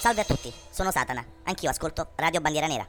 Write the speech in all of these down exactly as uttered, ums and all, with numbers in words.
Salve a tutti, sono Satana, anch'io ascolto Radio Bandiera Nera.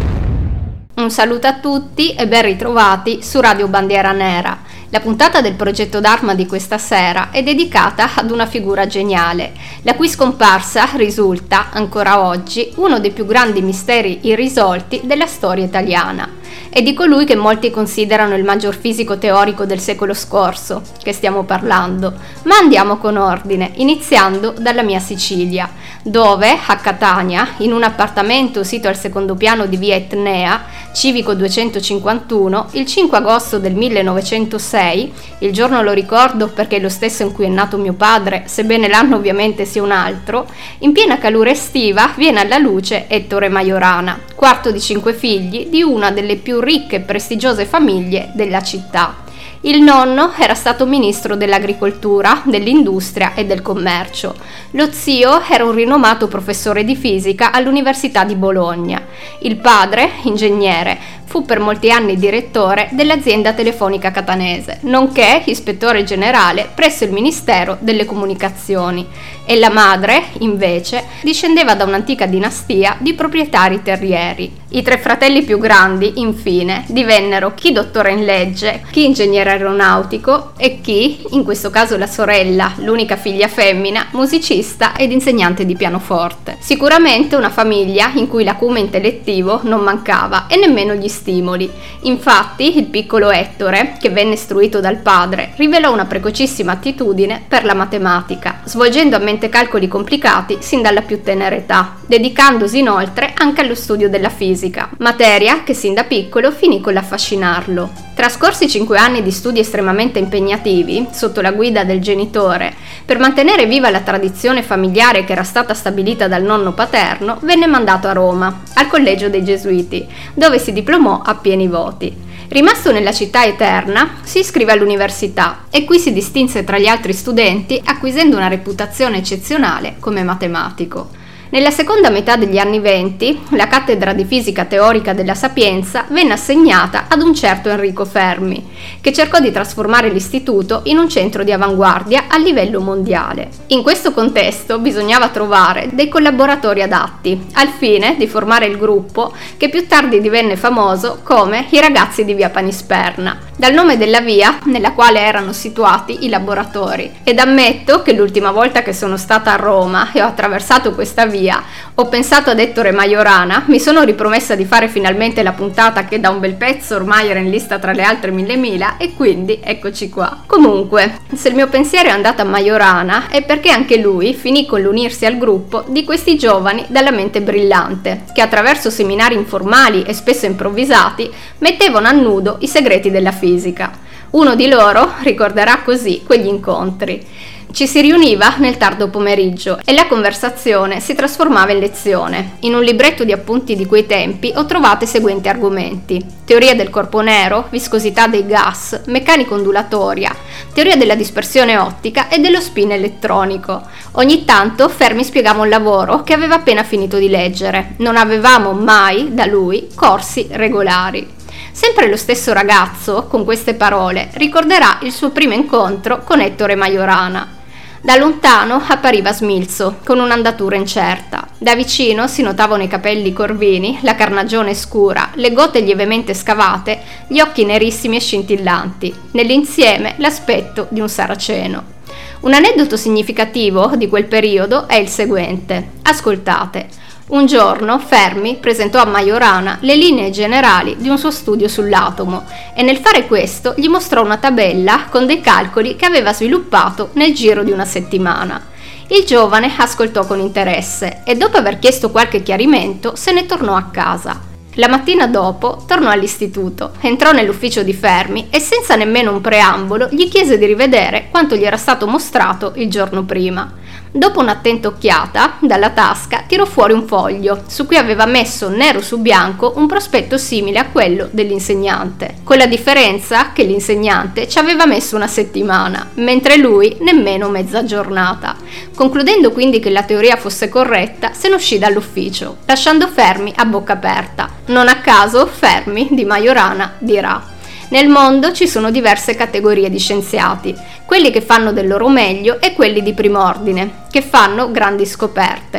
Un saluto a tutti e ben ritrovati su Radio Bandiera Nera. La puntata del progetto Dharma di questa sera è dedicata ad una figura geniale, la cui scomparsa risulta, ancora oggi, uno dei più grandi misteri irrisolti della storia italiana. È di colui che molti considerano il maggior fisico teorico del secolo scorso che stiamo parlando, ma andiamo con ordine, iniziando dalla mia Sicilia, dove, a Catania, in un appartamento sito al secondo piano di via Etnea, Civico duecentocinquantuno, il cinque agosto del millenovecentosei, il giorno lo ricordo perché è lo stesso in cui è nato mio padre, sebbene l'anno ovviamente sia un altro, in piena calura estiva viene alla luce Ettore Majorana, quarto di cinque figli di una delle più ricche e prestigiose famiglie della città. Il nonno era stato ministro dell'agricoltura, dell'industria e del commercio. Lo zio era un rinomato professore di fisica all'Università di Bologna. Il padre, ingegnere, fu per molti anni direttore dell'azienda telefonica catanese, nonché ispettore generale presso il Ministero delle Comunicazioni. E la madre, invece, discendeva da un'antica dinastia di proprietari terrieri. I tre fratelli più grandi, infine, divennero chi dottore in legge, chi ingegnere aeronautico e chi, in questo caso la sorella, l'unica figlia femmina, musicista ed insegnante di pianoforte. Sicuramente una famiglia in cui l'acume intellettivo non mancava e nemmeno gli stimoli. Infatti, il piccolo Ettore, che venne istruito dal padre, rivelò una precocissima attitudine per la matematica, svolgendo a mente calcoli complicati sin dalla più tenera età, dedicandosi inoltre anche allo studio della fisica, materia che sin da piccolo finì con l'affascinarlo. Trascorsi cinque anni di studi estremamente impegnativi, sotto la guida del genitore, per mantenere viva la tradizione familiare che era stata stabilita dal nonno paterno, venne mandato a Roma, al Collegio dei Gesuiti, dove si diplomò a pieni voti. Rimasto nella città eterna, si iscrive all'università e qui si distinse tra gli altri studenti acquisendo una reputazione eccezionale come matematico. Nella seconda metà degli anni venti, la cattedra di fisica teorica della Sapienza venne assegnata ad un certo Enrico Fermi, che cercò di trasformare l'istituto in un centro di avanguardia a livello mondiale. In questo contesto bisognava trovare dei collaboratori adatti, al fine di formare il gruppo che più tardi divenne famoso come i ragazzi di via Panisperna, dal nome della via nella quale erano situati i laboratori. Ed ammetto che l'ultima volta che sono stata a Roma e ho attraversato questa via, ho pensato ad Ettore Majorana, mi sono ripromessa di fare finalmente la puntata che da un bel pezzo ormai era in lista tra le altre mille mila e quindi eccoci qua. Comunque, se il mio pensiero è andato a Majorana è perché anche lui finì con l'unirsi al gruppo di questi giovani dalla mente brillante, che attraverso seminari informali e spesso improvvisati mettevano a nudo i segreti della fisica. Uno di loro ricorderà così quegli incontri. Ci si riuniva nel tardo pomeriggio e la conversazione si trasformava in lezione. In un libretto di appunti di quei tempi ho trovato i seguenti argomenti: teoria del corpo nero, viscosità dei gas, meccanica ondulatoria, teoria della dispersione ottica e dello spin elettronico. Ogni tanto Fermi spiegava un lavoro che aveva appena finito di leggere. Non avevamo mai, da lui, corsi regolari. Sempre lo stesso ragazzo, con queste parole, ricorderà il suo primo incontro con Ettore Majorana. Da lontano appariva smilzo, con un'andatura incerta. Da vicino si notavano i capelli corvini, la carnagione scura, le gote lievemente scavate, gli occhi nerissimi e scintillanti. Nell'insieme l'aspetto di un saraceno. Un aneddoto significativo di quel periodo è il seguente. Ascoltate. Un giorno Fermi presentò a Majorana le linee generali di un suo studio sull'atomo e nel fare questo gli mostrò una tabella con dei calcoli che aveva sviluppato nel giro di una settimana. Il giovane ascoltò con interesse e dopo aver chiesto qualche chiarimento se ne tornò a casa. La mattina dopo tornò all'istituto, entrò nell'ufficio di Fermi e senza nemmeno un preambolo gli chiese di rivedere quanto gli era stato mostrato il giorno prima. Dopo un'attenta occhiata, dalla tasca tirò fuori un foglio, su cui aveva messo nero su bianco un prospetto simile a quello dell'insegnante, con la differenza che l'insegnante ci aveva messo una settimana, mentre lui nemmeno mezza giornata. Concludendo quindi che la teoria fosse corretta, se ne uscì dall'ufficio, lasciando Fermi a bocca aperta. Non a caso Fermi di Majorana dirà: nel mondo ci sono diverse categorie di scienziati, quelli che fanno del loro meglio e quelli di primo ordine, che fanno grandi scoperte.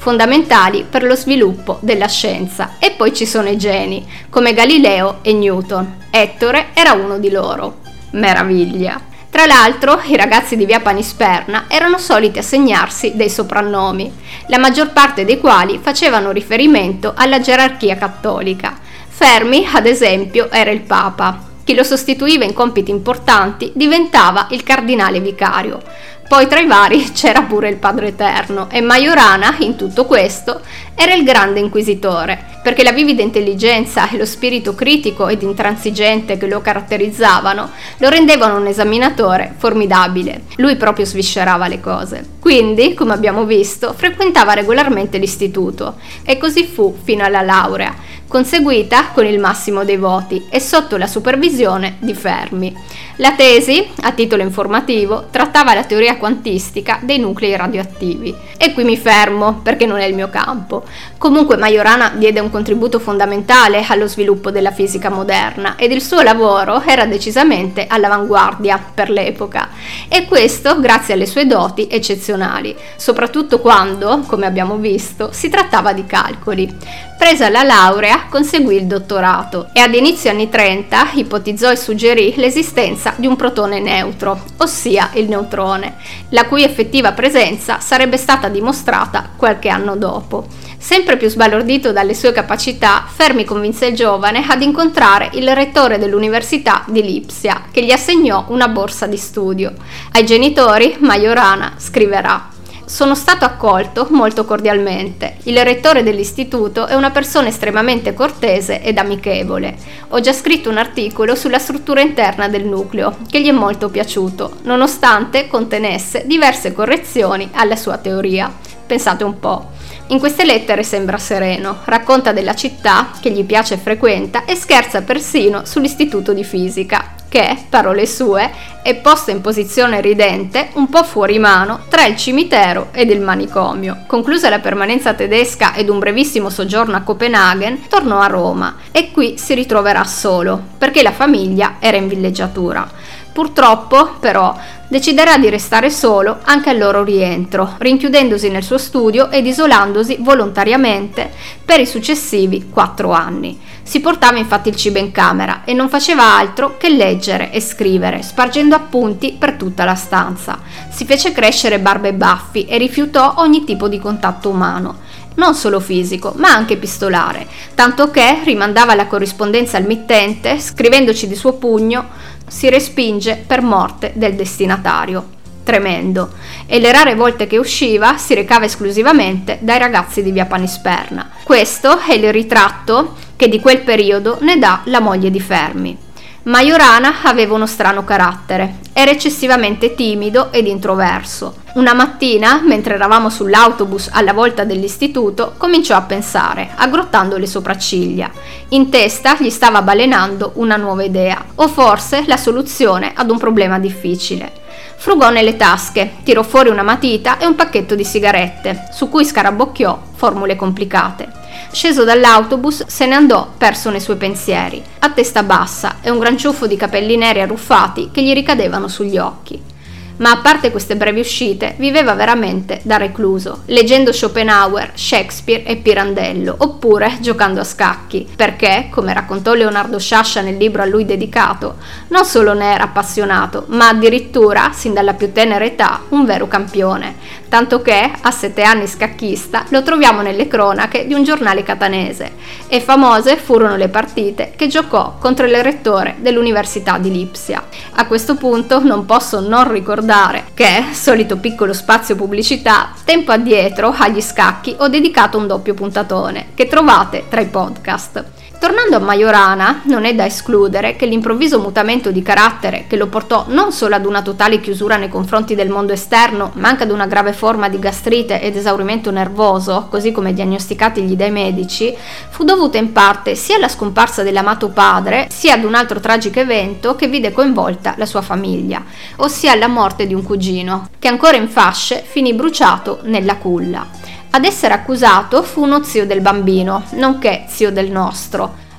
fondamentali per lo sviluppo della scienza. E poi ci sono i geni, come Galileo e Newton. Ettore era uno di loro. Meraviglia! Tra l'altro, i ragazzi di via Panisperna erano soliti assegnarsi dei soprannomi, la maggior parte dei quali facevano riferimento alla gerarchia cattolica. Fermi, ad esempio, era il Papa. Chi lo sostituiva in compiti importanti diventava il cardinale vicario. Poi tra i vari c'era pure il Padre Eterno e Majorana, in tutto questo, era il grande inquisitore, perché la vivida intelligenza e lo spirito critico ed intransigente che lo caratterizzavano lo rendevano un esaminatore formidabile. Lui proprio sviscerava le cose. Quindi, come abbiamo visto, frequentava regolarmente l'istituto e così fu fino alla laurea, conseguita con il massimo dei voti e sotto la supervisione di Fermi. La tesi, a titolo informativo, trattava la teoria quantistica dei nuclei radioattivi. E qui mi fermo, perché non è il mio campo. Comunque Majorana diede un contributo fondamentale allo sviluppo della fisica moderna ed il suo lavoro era decisamente all'avanguardia per l'epoca. E questo grazie alle sue doti eccezionali, soprattutto quando, come abbiamo visto, si trattava di calcoli. Presa la laurea, conseguì il dottorato e ad inizio anni trenta ipotizzò e suggerì l'esistenza di un protone neutro, ossia il neutrone, la cui effettiva presenza sarebbe stata dimostrata qualche anno dopo. Sempre più sbalordito dalle sue capacità, Fermi convinse il giovane ad incontrare il rettore dell'Università di Lipsia, che gli assegnò una borsa di studio. Ai genitori, Majorana scriverà: sono stato accolto molto cordialmente. Il rettore dell'istituto è una persona estremamente cortese ed amichevole. Ho già scritto un articolo sulla struttura interna del nucleo, che gli è molto piaciuto, nonostante contenesse diverse correzioni alla sua teoria. Pensate un po'. In queste lettere sembra sereno, racconta della città che gli piace e frequenta e scherza persino sull'istituto di fisica, che, parole sue, è posto in posizione ridente, un po' fuori mano, tra il cimitero ed il manicomio. Conclusa la permanenza tedesca ed un brevissimo soggiorno a Copenaghen, tornò a Roma e qui si ritroverà solo, perché la famiglia era in villeggiatura. Purtroppo, però, deciderà di restare solo anche al loro rientro, rinchiudendosi nel suo studio ed isolandosi volontariamente per i successivi quattro anni. Si portava infatti il cibo in camera e non faceva altro che leggere e scrivere, spargendo appunti per tutta la stanza. Si fece crescere barba e baffi e rifiutò ogni tipo di contatto umano, non solo fisico, ma anche epistolare, tanto che rimandava la corrispondenza al mittente, scrivendoci di suo pugno: si respinge per morte del destinatario. Tremendo. E le rare volte che usciva si recava esclusivamente dai ragazzi di via Panisperna. Questo è il ritratto che di quel periodo ne dà la moglie di Fermi. Majorana aveva uno strano carattere, era eccessivamente timido ed introverso. Una mattina, mentre eravamo sull'autobus alla volta dell'istituto, cominciò a pensare, aggrottando le sopracciglia. In testa gli stava balenando una nuova idea, o forse la soluzione ad un problema difficile. Frugò nelle tasche, tirò fuori una matita e un pacchetto di sigarette, su cui scarabocchiò formule complicate. Sceso dall'autobus, se ne andò perso nei suoi pensieri, a testa bassa e un gran ciuffo di capelli neri arruffati che gli ricadevano sugli occhi. Ma a parte queste brevi uscite, viveva veramente da recluso, leggendo Schopenhauer, Shakespeare e Pirandello, oppure giocando a scacchi, perché, come raccontò Leonardo Sciascia nel libro a lui dedicato, non solo ne era appassionato, ma addirittura, sin dalla più tenera età, un vero campione, tanto che, a sette anni scacchista, lo troviamo nelle cronache di un giornale catanese, e famose furono le partite che giocò contro il rettore dell'Università di Lipsia. A questo punto non posso non ricordare che, solito piccolo spazio pubblicità, tempo addietro agli scacchi ho dedicato un doppio puntatone che trovate tra i podcast. Tornando a Majorana, non è da escludere che l'improvviso mutamento di carattere che lo portò non solo ad una totale chiusura nei confronti del mondo esterno, ma anche ad una grave forma di gastrite ed esaurimento nervoso, così come diagnosticatigli dai medici, fu dovuta in parte sia alla scomparsa dell'amato padre, sia ad un altro tragico evento che vide coinvolta la sua famiglia, ossia la morte di un cugino, che ancora in fasce finì bruciato nella culla. Ad essere accusato fu uno zio del bambino, nonché zio del nostro,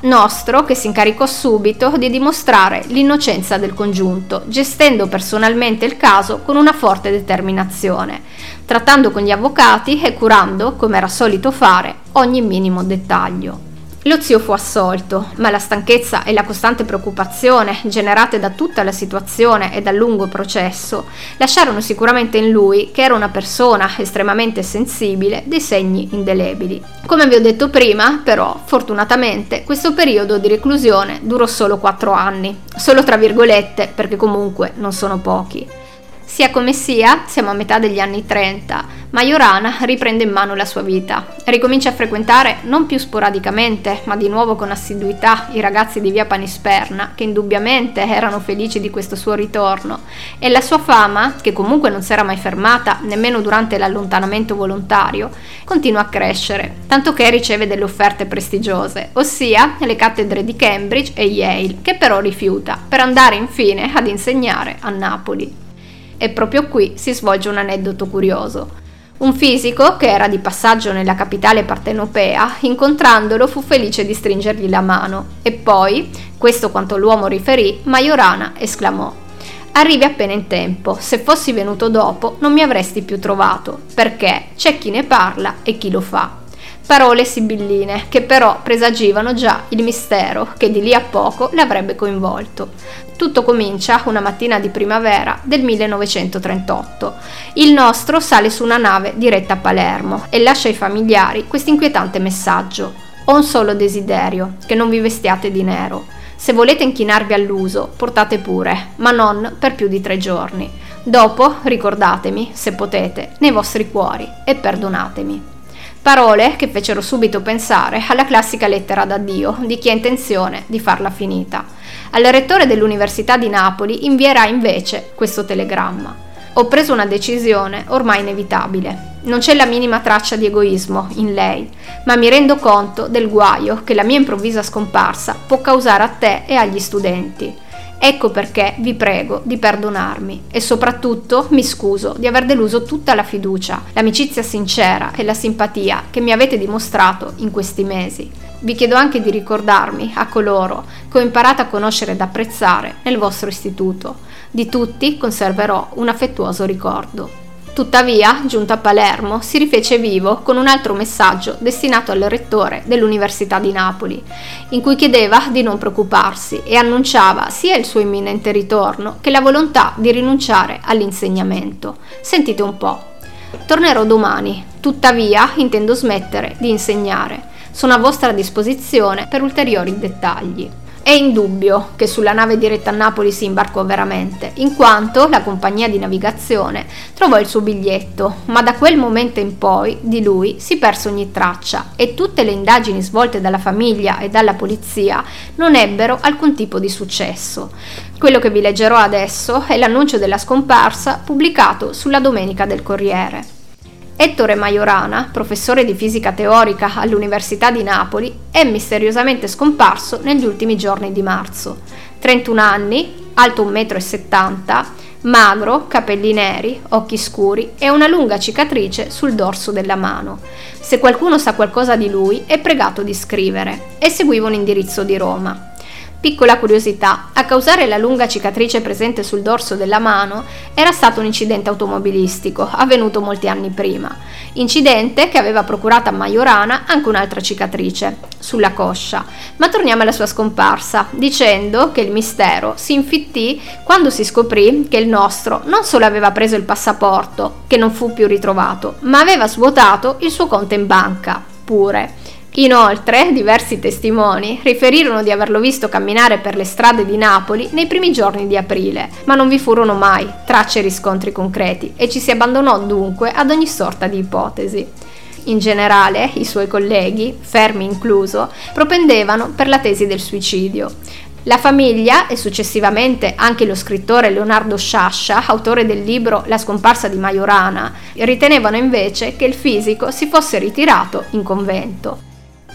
Nostro che si incaricò subito di dimostrare l'innocenza del congiunto, gestendo personalmente il caso con una forte determinazione, trattando con gli avvocati e curando, come era solito fare, ogni minimo dettaglio. Lo zio fu assolto, ma la stanchezza e la costante preoccupazione generate da tutta la situazione e dal lungo processo lasciarono sicuramente in lui, che era una persona estremamente sensibile, dei segni indelebili. Come vi ho detto prima, però, fortunatamente, questo periodo di reclusione durò solo quattro anni, solo tra virgolette, perché comunque non sono pochi. Sia come sia, siamo a metà degli anni trenta. Majorana riprende in mano la sua vita, ricomincia a frequentare non più sporadicamente, ma di nuovo con assiduità i ragazzi di via Panisperna, che indubbiamente erano felici di questo suo ritorno, e la sua fama, che comunque non si era mai fermata nemmeno durante l'allontanamento volontario, continua a crescere, tanto che riceve delle offerte prestigiose, ossia le cattedre di Cambridge e Yale, che però rifiuta, per andare infine ad insegnare a Napoli. E proprio qui si svolge un aneddoto curioso. Un fisico, che era di passaggio nella capitale partenopea, incontrandolo fu felice di stringergli la mano, e poi, questo quanto l'uomo riferì, Majorana esclamò: «Arrivi appena in tempo, se fossi venuto dopo non mi avresti più trovato, perché c'è chi ne parla e chi lo fa». Parole sibilline che però presagivano già il mistero che di lì a poco l'avrebbe coinvolto. Tutto comincia una mattina di primavera del millenovecentotrentotto. Il nostro sale su una nave diretta a Palermo e lascia ai familiari questo inquietante messaggio: «Ho un solo desiderio, che non vi vestiate di nero. Se volete inchinarvi all'uso, portate pure, ma non per più di tre giorni. Dopo ricordatemi, se potete, nei vostri cuori e perdonatemi». Parole che fecero subito pensare alla classica lettera d'addio di chi ha intenzione di farla finita. Al rettore dell'Università di Napoli invierà invece questo telegramma: «Ho preso una decisione ormai inevitabile. Non c'è la minima traccia di egoismo in lei, ma mi rendo conto del guaio che la mia improvvisa scomparsa può causare a te e agli studenti. Ecco perché vi prego di perdonarmi e soprattutto mi scuso di aver deluso tutta la fiducia, l'amicizia sincera e la simpatia che mi avete dimostrato in questi mesi. Vi chiedo anche di ricordarmi a coloro che ho imparato a conoscere ed apprezzare nel vostro istituto. Di tutti conserverò un affettuoso ricordo». Tuttavia, giunto a Palermo, si rifece vivo con un altro messaggio destinato al rettore dell'Università di Napoli, in cui chiedeva di non preoccuparsi e annunciava sia il suo imminente ritorno che la volontà di rinunciare all'insegnamento. Sentite un po'. «Tornerò domani, tuttavia intendo smettere di insegnare. Sono a vostra disposizione per ulteriori dettagli». È indubbio che sulla nave diretta a Napoli si imbarcò veramente, in quanto la compagnia di navigazione trovò il suo biglietto, ma da quel momento in poi di lui si perse ogni traccia e tutte le indagini svolte dalla famiglia e dalla polizia non ebbero alcun tipo di successo. Quello che vi leggerò adesso è l'annuncio della scomparsa pubblicato sulla Domenica del Corriere. Ettore Majorana, professore di fisica teorica all'Università di Napoli, è misteriosamente scomparso negli ultimi giorni di marzo. trentuno anni, alto un metro e settanta, magro, capelli neri, occhi scuri e una lunga cicatrice sul dorso della mano. Se qualcuno sa qualcosa di lui è pregato di scrivere, e seguiva un indirizzo di Roma. Piccola curiosità, a causare la lunga cicatrice presente sul dorso della mano era stato un incidente automobilistico avvenuto molti anni prima, incidente che aveva procurato a Majorana anche un'altra cicatrice sulla coscia. Ma torniamo alla sua scomparsa, dicendo che il mistero si infittì quando si scoprì che il nostro non solo aveva preso il passaporto, che non fu più ritrovato, ma aveva svuotato il suo conto in banca pure. Inoltre, diversi testimoni riferirono di averlo visto camminare per le strade di Napoli nei primi giorni di aprile, ma non vi furono mai tracce e riscontri concreti e ci si abbandonò dunque ad ogni sorta di ipotesi. In generale, i suoi colleghi, Fermi incluso, propendevano per la tesi del suicidio. La famiglia e successivamente anche lo scrittore Leonardo Sciascia, autore del libro La scomparsa di Majorana, ritenevano invece che il fisico si fosse ritirato in convento.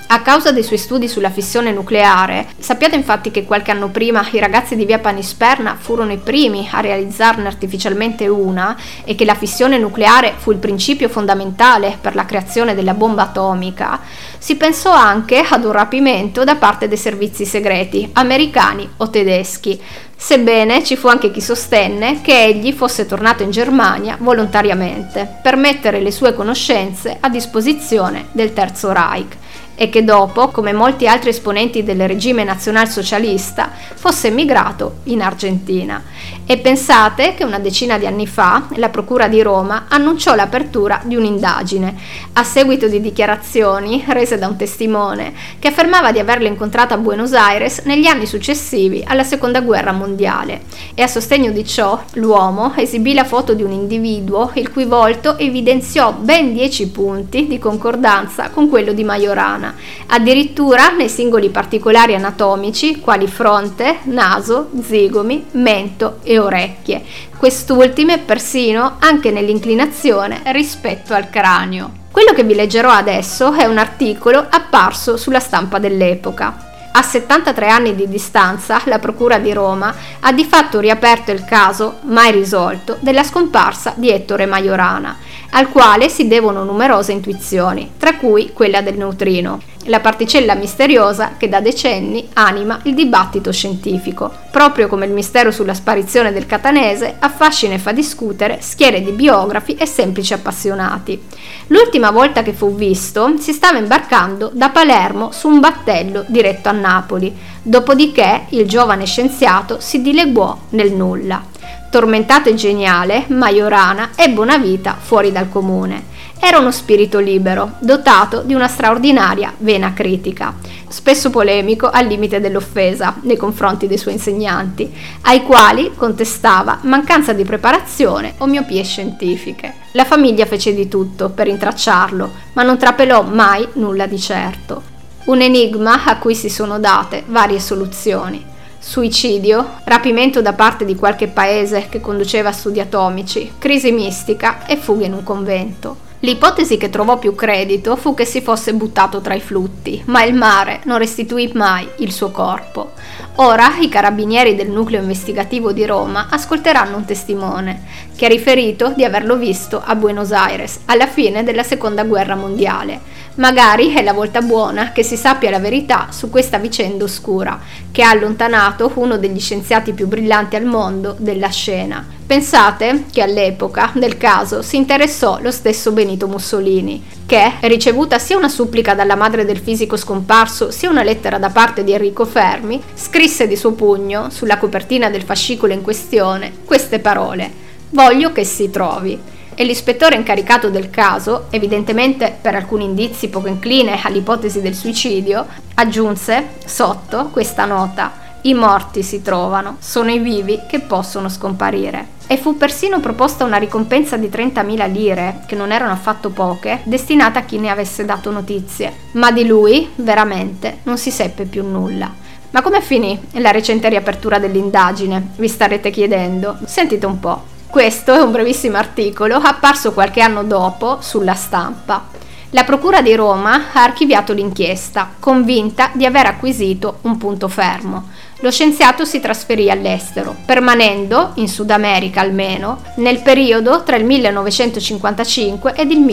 A causa dei suoi studi sulla fissione nucleare, sappiate infatti che qualche anno prima i ragazzi di via Panisperna furono i primi a realizzarne artificialmente una e che la fissione nucleare fu il principio fondamentale per la creazione della bomba atomica, si pensò anche ad un rapimento da parte dei servizi segreti, americani o tedeschi, sebbene ci fu anche chi sostenne che egli fosse tornato in Germania volontariamente per mettere le sue conoscenze a disposizione del Terzo Reich, e che dopo, come molti altri esponenti del regime nazionalsocialista, fosse emigrato in Argentina. E pensate che una decina di anni fa la Procura di Roma annunciò l'apertura di un'indagine, a seguito di dichiarazioni rese da un testimone che affermava di averlo incontrato a Buenos Aires negli anni successivi alla Seconda Guerra Mondiale, e a sostegno di ciò l'uomo esibì la foto di un individuo il cui volto evidenziò ben dieci punti di concordanza con quello di Majorana, addirittura nei singoli particolari anatomici quali fronte, naso, zigomi, mento e orecchie, quest'ultime persino anche nell'inclinazione rispetto al cranio. Quello che vi leggerò adesso è un articolo apparso sulla stampa dell'epoca. A settantatré anni di distanza, la Procura di Roma ha di fatto riaperto il caso, mai risolto, della scomparsa di Ettore Majorana, al quale si devono numerose intuizioni, tra cui quella del neutrino, la particella misteriosa che da decenni anima il dibattito scientifico. Proprio come il mistero sulla sparizione del catanese affascina e fa discutere schiere di biografi e semplici appassionati. L'ultima volta che fu visto si stava imbarcando da Palermo su un battello diretto a Napoli, dopodiché il giovane scienziato si dileguò nel nulla. Tormentato e geniale, Majorana ebbe una vita fuori dal comune. Era uno spirito libero, dotato di una straordinaria vena critica, spesso polemico al limite dell'offesa nei confronti dei suoi insegnanti, ai quali contestava mancanza di preparazione o miopie scientifiche. La famiglia fece di tutto per intracciarlo, ma non trapelò mai nulla di certo. Un enigma a cui si sono date varie soluzioni. Suicidio, rapimento da parte di qualche paese che conduceva a studi atomici, crisi mistica e fuga in un convento. L'ipotesi che trovò più credito fu che si fosse buttato tra i flutti, ma il mare non restituì mai il suo corpo. Ora i carabinieri del nucleo investigativo di Roma ascolteranno un testimone che ha riferito di averlo visto a Buenos Aires alla fine della Seconda Guerra Mondiale. Magari è la volta buona che si sappia la verità su questa vicenda oscura, che ha allontanato uno degli scienziati più brillanti al mondo della scena. Pensate che all'epoca del caso si interessò lo stesso Benito Mussolini, che, ricevuta sia una supplica dalla madre del fisico scomparso sia una lettera da parte di Enrico Fermi, scrisse di suo pugno, sulla copertina del fascicolo in questione, queste parole: «Voglio che si trovi». E l'ispettore incaricato del caso, evidentemente per alcuni indizi poco incline all'ipotesi del suicidio, aggiunse sotto questa nota: «I morti si trovano, sono i vivi che possono scomparire». E fu persino proposta una ricompensa di trentamila lire, che non erano affatto poche, destinata a chi ne avesse dato notizie. Ma di lui, veramente, non si seppe più nulla. Ma come finì la recente riapertura dell'indagine? Vi starete chiedendo. Sentite un po'. Questo è un brevissimo articolo apparso qualche anno dopo sulla Stampa. La Procura di Roma ha archiviato l'inchiesta, convinta di aver acquisito un punto fermo. Lo scienziato si trasferì all'estero, permanendo, in Sud America almeno, nel periodo tra il millenovecentocinquantacinque ed il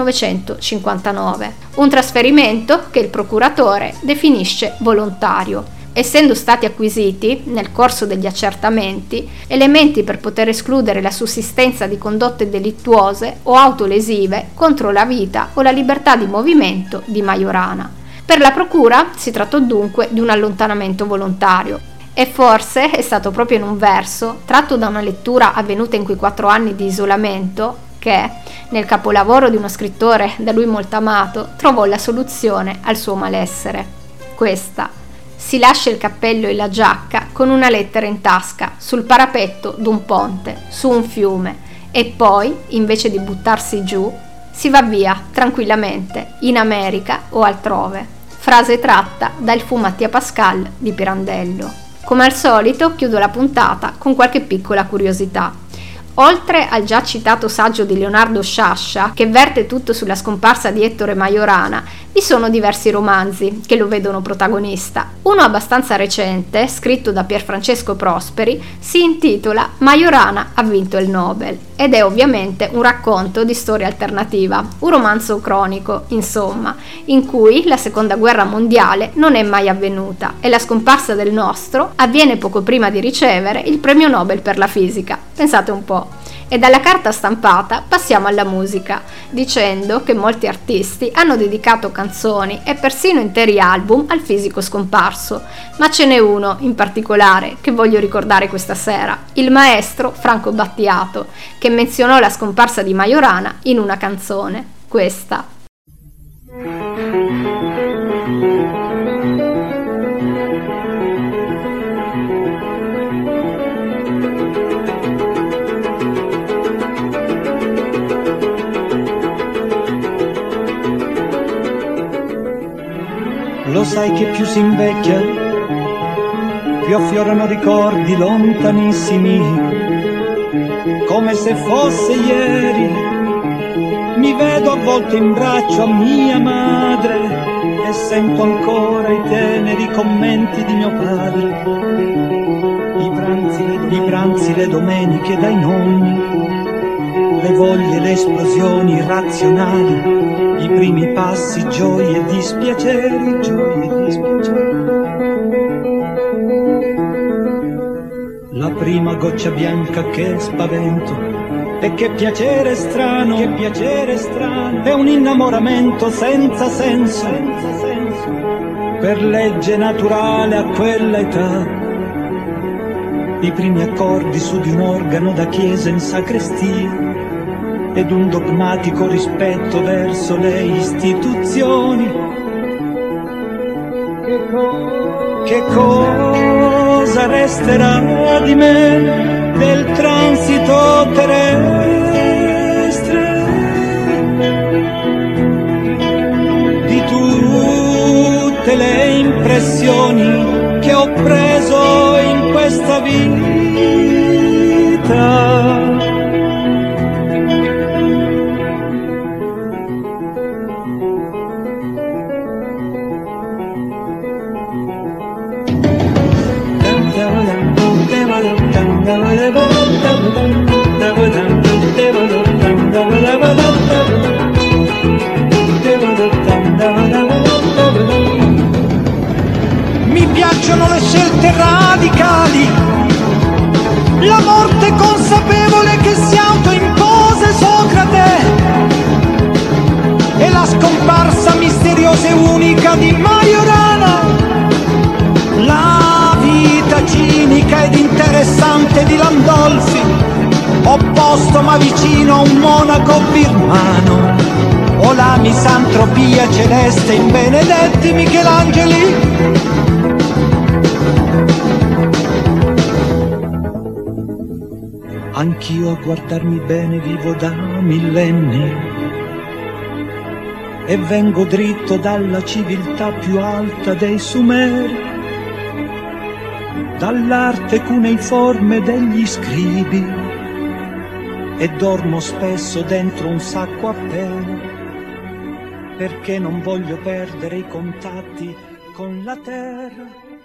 millenovecentocinquantanove. Un trasferimento che il procuratore definisce volontario, essendo stati acquisiti, nel corso degli accertamenti, elementi per poter escludere la sussistenza di condotte delittuose o autolesive contro la vita o la libertà di movimento di Majorana. Per la procura si trattò dunque di un allontanamento volontario, e forse è stato proprio in un verso, tratto da una lettura avvenuta in quei quattro anni di isolamento, che, nel capolavoro di uno scrittore da lui molto amato, trovò la soluzione al suo malessere. Questa: si lascia il cappello e la giacca con una lettera in tasca sul parapetto d'un ponte, su un fiume, e poi, invece di buttarsi giù, si va via tranquillamente in America o altrove. Frase tratta dal Fu Mattia Pascal di Pirandello. Come al solito chiudo la puntata con qualche piccola curiosità. Oltre al già citato saggio di Leonardo Sciascia, che verte tutto sulla scomparsa di Ettore Majorana, vi sono diversi romanzi che lo vedono protagonista. Uno abbastanza recente, scritto da Pierfrancesco Prosperi, si intitola Majorana ha vinto il Nobel ed è ovviamente un racconto di storia alternativa, un romanzo cronico, insomma, in cui la seconda guerra mondiale non è mai avvenuta e la scomparsa del nostro avviene poco prima di ricevere il premio Nobel per la fisica. Pensate un po'. E dalla carta stampata passiamo alla musica, dicendo che molti artisti hanno dedicato canzoni e persino interi album al fisico scomparso, ma ce n'è uno in particolare che voglio ricordare questa sera, il maestro Franco Battiato, che menzionò la scomparsa di Majorana in una canzone, questa. Lo sai che più si invecchia, più affiorano ricordi lontanissimi, come se fosse ieri. Mi vedo a volte in braccio a mia madre e sento ancora i teneri commenti di mio padre. I pranzi, le, i pranzi, le domeniche dai nonni, le voglie, le esplosioni irrazionali, i primi passi, gioie e dispiaceri, gioie e dispiaceri. La prima goccia bianca che spavento, e che piacere strano, che piacere strano, è un innamoramento senza senso, senza senso, per legge naturale a quella età. I primi accordi su di un organo da chiesa in sacrestia, ed un dogmatico rispetto verso le istituzioni. Che, co- che cosa resterà di me, del transito terrestre, di tutte le impressioni che ho preso in questa vita? Mi piacciono le scelte radicali, la morte consapevole che si autoimpose Socrate e la scomparsa misteriosa e unica di Majorana, la vita cinica ed interessante di Landolfi, opposto ma vicino a un monaco birmano, o la misantropia celeste in Benedetti Michelangeli. Anch'io a guardarmi bene vivo da millenni e vengo dritto dalla civiltà più alta dei Sumeri, dall'arte cuneiforme degli scribi, e dormo spesso dentro un sacco a pelo, perché non voglio perdere i contatti con la terra.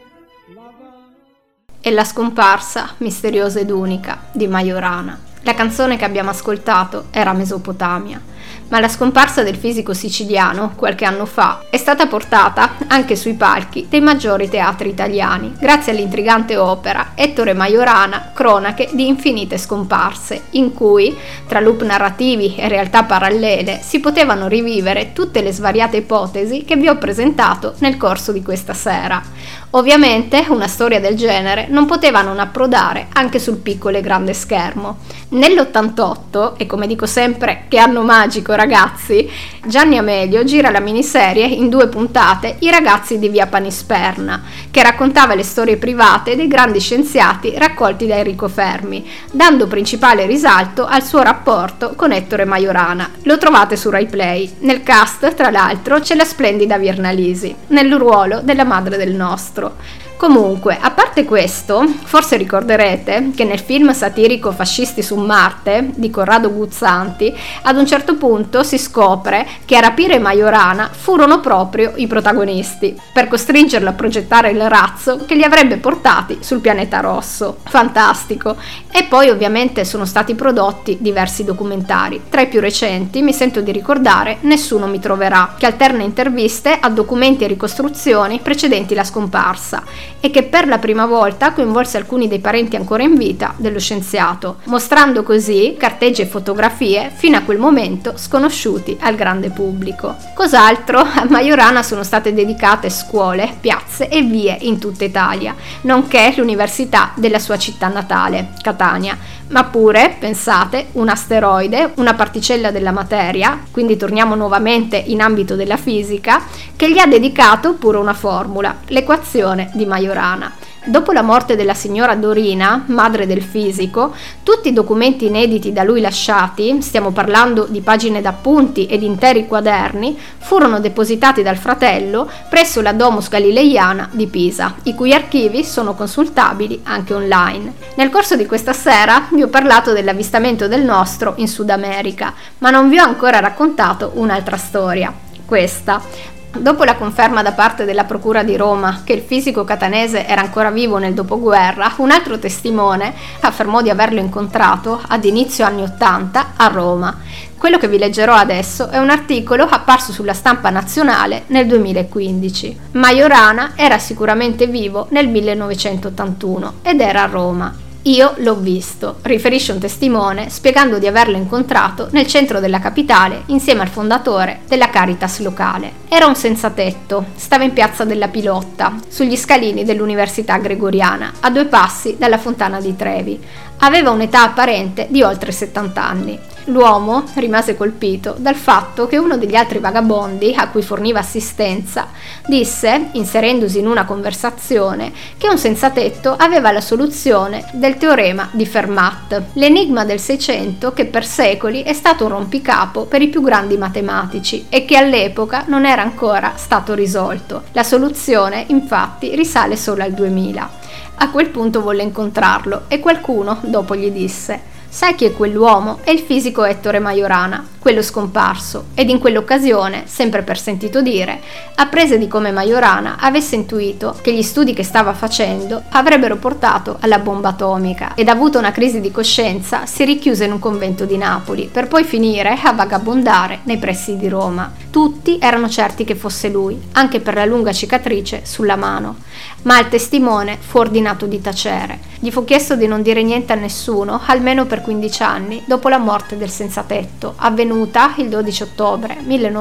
E la scomparsa misteriosa ed unica di Majorana. La canzone che abbiamo ascoltato era Mesopotamia, ma la scomparsa del fisico siciliano qualche anno fa è stata portata anche sui palchi dei maggiori teatri italiani, grazie all'intrigante opera Ettore Majorana, Cronache di infinite scomparse, in cui, tra loop narrativi e realtà parallele, si potevano rivivere tutte le svariate ipotesi che vi ho presentato nel corso di questa sera. Ovviamente una storia del genere non poteva non approdare anche sul piccolo e grande schermo. Nell'ottantotto, e come dico sempre che anno magico ragazzi, Gianni Amelio gira la miniserie in due puntate I ragazzi di via Panisperna, che raccontava le storie private dei grandi scienziati raccolti da Enrico Fermi, dando principale risalto al suo rapporto con Ettore Majorana. Lo trovate su Rai Play. Nel cast, tra l'altro, c'è la splendida Virna Lisi, nel ruolo della madre del nostro. Comunque, a parte questo, forse ricorderete che nel film satirico Fascisti su Marte di Corrado Guzzanti, ad un certo punto si scopre che a rapire Majorana furono proprio i protagonisti, per costringerlo a progettare il razzo che li avrebbe portati sul pianeta rosso. Fantastico! E poi ovviamente sono stati prodotti diversi documentari. Tra i più recenti mi sento di ricordare Nessuno mi troverà, che alterna interviste a documenti e ricostruzioni precedenti la scomparsa, e che per la prima volta coinvolse alcuni dei parenti ancora in vita dello scienziato, mostrando così carteggi e fotografie fino a quel momento sconosciuti al grande pubblico. Cos'altro? A Majorana sono state dedicate scuole, piazze e vie in tutta Italia, nonché l'università della sua città natale, Catania, ma pure, pensate, un asteroide, una particella della materia, quindi torniamo nuovamente in ambito della fisica, che gli ha dedicato pure una formula, l'equazione di Majorana. Dopo la morte della signora Dorina, madre del fisico, tutti i documenti inediti da lui lasciati, stiamo parlando di pagine d'appunti ed interi quaderni, furono depositati dal fratello presso la Domus Galileiana di Pisa, i cui archivi sono consultabili anche online. Nel corso di questa sera vi ho parlato dell'avvistamento del nostro in Sud America, ma non vi ho ancora raccontato un'altra storia, questa. Dopo la conferma da parte della Procura di Roma che il fisico catanese era ancora vivo nel dopoguerra, un altro testimone affermò di averlo incontrato ad inizio anni ottanta a Roma. Quello che vi leggerò adesso è un articolo apparso sulla stampa nazionale nel duemilaquindici. Majorana era sicuramente vivo nel millenovecentottantuno ed era a Roma. Io l'ho visto, riferisce un testimone, spiegando di averlo incontrato nel centro della capitale insieme al fondatore della Caritas locale. Era un senzatetto, stava in piazza della Pilotta, sugli scalini dell'Università Gregoriana, a due passi dalla Fontana di Trevi. Aveva un'età apparente di oltre settanta anni. L'uomo rimase colpito dal fatto che uno degli altri vagabondi a cui forniva assistenza disse, inserendosi in una conversazione, che un senzatetto aveva la soluzione del teorema di Fermat, l'enigma del Seicento che per secoli è stato un rompicapo per i più grandi matematici e che all'epoca non era ancora stato risolto. La soluzione, infatti, risale solo al duemila. A quel punto volle incontrarlo e qualcuno dopo gli disse: «Sai chi è quell'uomo? È il fisico Ettore Majorana, quello scomparso», ed in quell'occasione, sempre per sentito dire, apprese di come Majorana avesse intuito che gli studi che stava facendo avrebbero portato alla bomba atomica ed avuto una crisi di coscienza si richiuse in un convento di Napoli per poi finire a vagabondare nei pressi di Roma. Tutti erano certi che fosse lui, anche per la lunga cicatrice sulla mano, ma al testimone fu ordinato di tacere. Gli fu chiesto di non dire niente a nessuno, almeno per quindici anni dopo la morte del senzatetto, avvenuta il dodici ottobre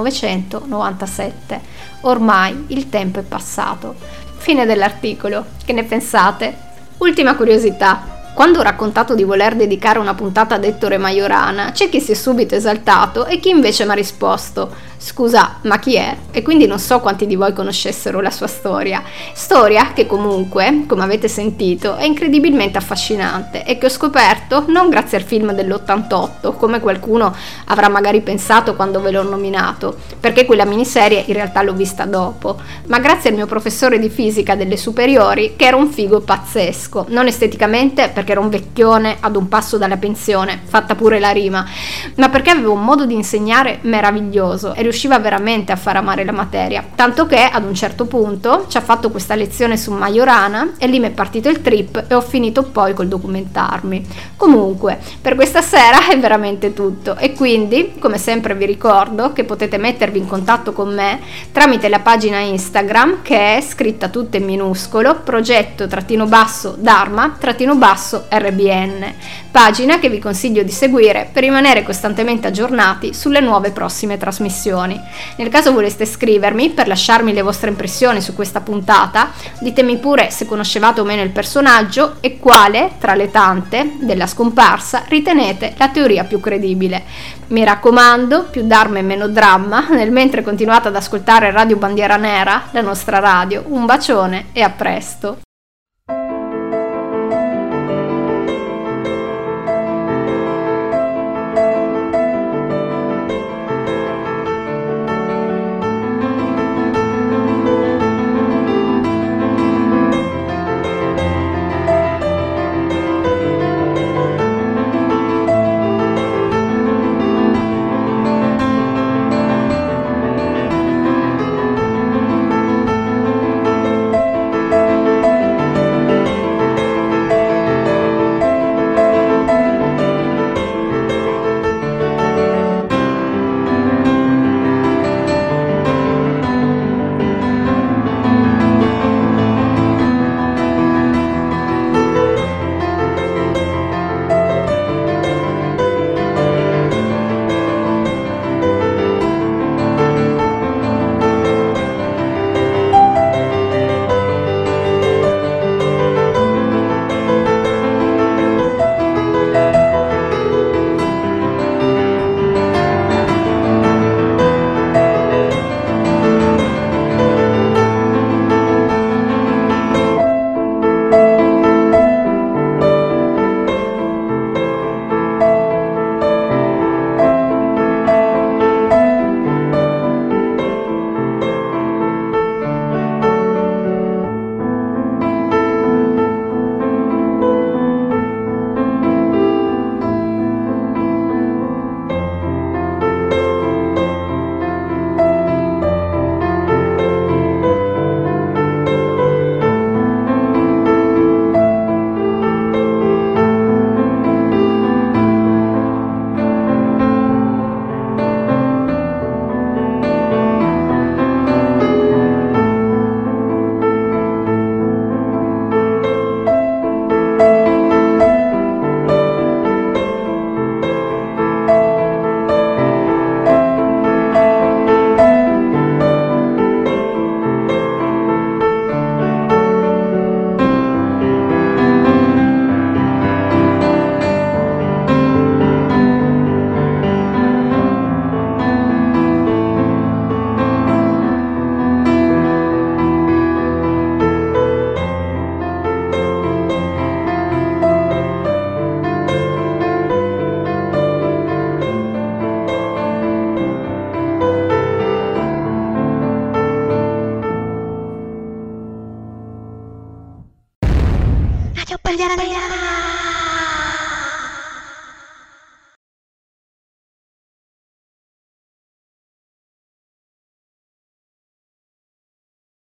millenovecentonovantasette. Ormai il tempo è passato. Fine dell'articolo. Che ne pensate? Ultima curiosità. Quando ho raccontato di voler dedicare una puntata ad Ettore Majorana, c'è chi si è subito esaltato e chi invece mi ha risposto: «Scusa, ma chi è?» E quindi non so quanti di voi conoscessero la sua storia. Storia che comunque, come avete sentito, è incredibilmente affascinante e che ho scoperto non grazie al film dell'ottantotto, come qualcuno avrà magari pensato quando ve l'ho nominato, perché quella miniserie in realtà l'ho vista dopo, ma grazie al mio professore di fisica delle superiori, che era un figo pazzesco, non esteticamente perché era un vecchione ad un passo dalla pensione, fatta pure la rima, ma perché aveva un modo di insegnare meraviglioso e riusciva veramente a far amare la materia, tanto che ad un certo punto ci ha fatto questa lezione su Majorana e lì mi è partito il trip e ho finito poi col documentarmi. Comunque, per questa sera è veramente tutto e quindi, come sempre vi ricordo che potete mettervi in contatto con me tramite la pagina Instagram che è scritta tutta in minuscolo, progetto trattino basso Dharma trattino basso R B N, pagina che vi consiglio di seguire per rimanere costantemente aggiornati sulle nuove prossime trasmissioni. Nel caso voleste scrivermi per lasciarmi le vostre impressioni su questa puntata, ditemi pure se conoscevate o meno il personaggio e quale, tra le tante, della scomparsa ritenete la teoria più credibile. Mi raccomando, più Dharma e meno dramma, nel mentre continuate ad ascoltare Radio Bandiera Nera, la nostra radio. Un bacione e a presto!